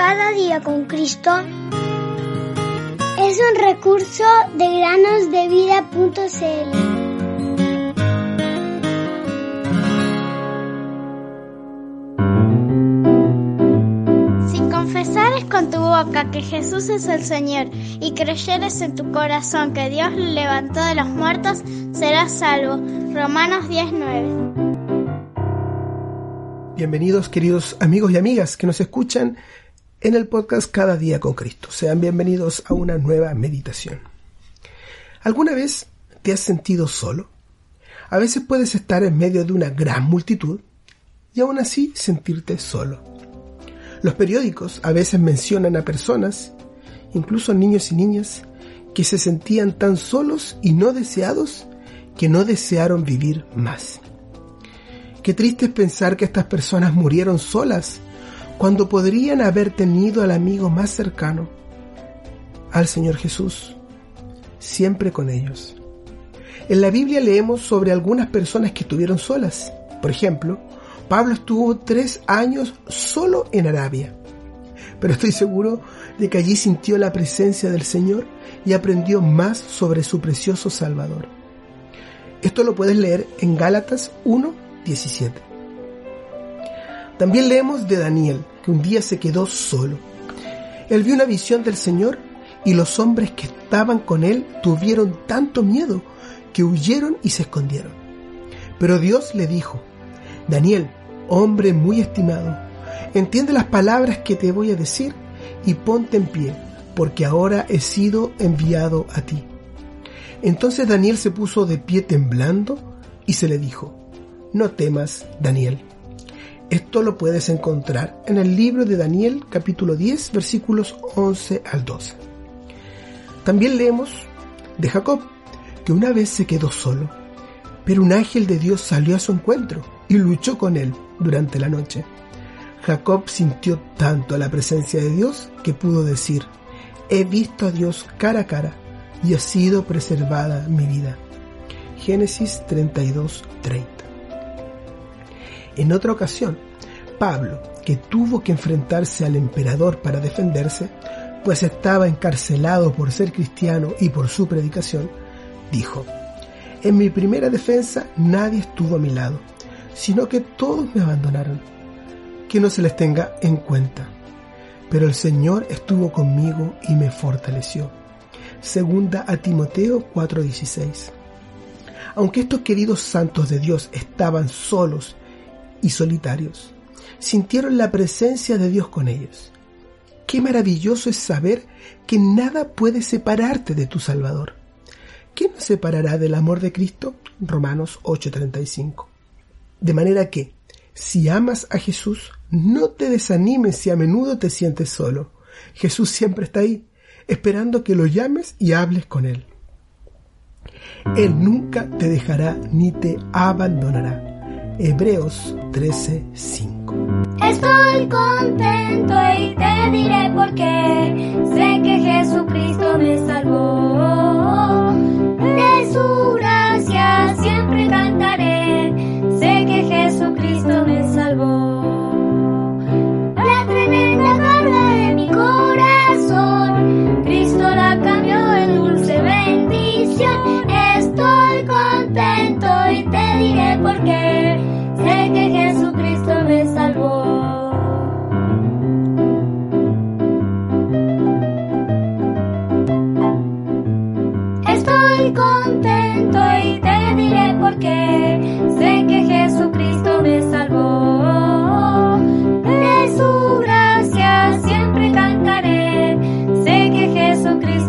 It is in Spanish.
Cada día con Cristo es un recurso de granosdevida.cl. Si confesares con tu boca que Jesús es el Señor y creyeres en tu corazón que Dios lo levantó de los muertos, serás salvo. Romanos 10:9. Bienvenidos, queridos amigos y amigas que nos escuchan en el podcast Cada día con Cristo. Sean bienvenidos a una nueva meditación. ¿Alguna vez te has sentido solo? A veces puedes estar en medio de una gran multitud y aún así sentirte solo. Los periódicos a veces mencionan a personas, incluso niños y niñas, que se sentían tan solos y no deseados que no desearon vivir más. Qué triste es pensar que estas personas murieron solas cuando podrían haber tenido al amigo más cercano, al Señor Jesús, siempre con ellos. En la Biblia leemos sobre algunas personas que estuvieron solas. Por ejemplo, Pablo estuvo 3 años solo en Arabia, pero estoy seguro de que allí sintió la presencia del Señor y aprendió más sobre su precioso Salvador. Esto lo puedes leer en Gálatas 1:17. También leemos de Daniel, que un día se quedó solo. Él vio una visión del Señor y los hombres que estaban con él tuvieron tanto miedo que huyeron y se escondieron. Pero Dios le dijo: Daniel, hombre muy estimado, entiende las palabras que te voy a decir y ponte en pie, porque ahora he sido enviado a ti. Entonces Daniel se puso de pie temblando y se le dijo: No temas, Daniel. Esto lo puedes encontrar en el libro de Daniel, capítulo 10, versículos 11 al 12. También leemos de Jacob, que una vez se quedó solo, pero un ángel de Dios salió a su encuentro y luchó con él durante la noche. Jacob sintió tanto la presencia de Dios que pudo decir: He visto a Dios cara a cara y ha sido preservada mi vida. Génesis 32:30. En otra ocasión, Pablo, que tuvo que enfrentarse al emperador para defenderse, pues estaba encarcelado por ser cristiano y por su predicación, dijo: En mi primera defensa nadie estuvo a mi lado, sino que todos me abandonaron. Que no se les tenga en cuenta. Pero el Señor estuvo conmigo y me fortaleció. Segunda a Timoteo 4:16. Aunque estos queridos santos de Dios estaban solos y solitarios, sintieron la presencia de Dios con ellos. Qué maravilloso es saber que nada puede separarte de tu Salvador. ¿Qué nos separará del amor de Cristo? Romanos 8:35. De manera que, si amas a Jesús, no te desanimes si a menudo te sientes solo. Jesús siempre está ahí, esperando que lo llames y hables con Él. Él nunca te dejará ni te abandonará. Hebreos 13:5. Estoy contento y te diré por qué. Sé que Jesucristo me salvó. De su gracia siempre cantaré. Sé que Jesucristo me salvó. La tremenda carga de mi corazón, Cristo la cambió en dulce bendición. Estoy contento y te diré por qué. Sé que Jesucristo me salvó. Estoy contento y te diré por qué. Sé que Jesucristo me salvó. De su gracia siempre cantaré. Sé que Jesucristo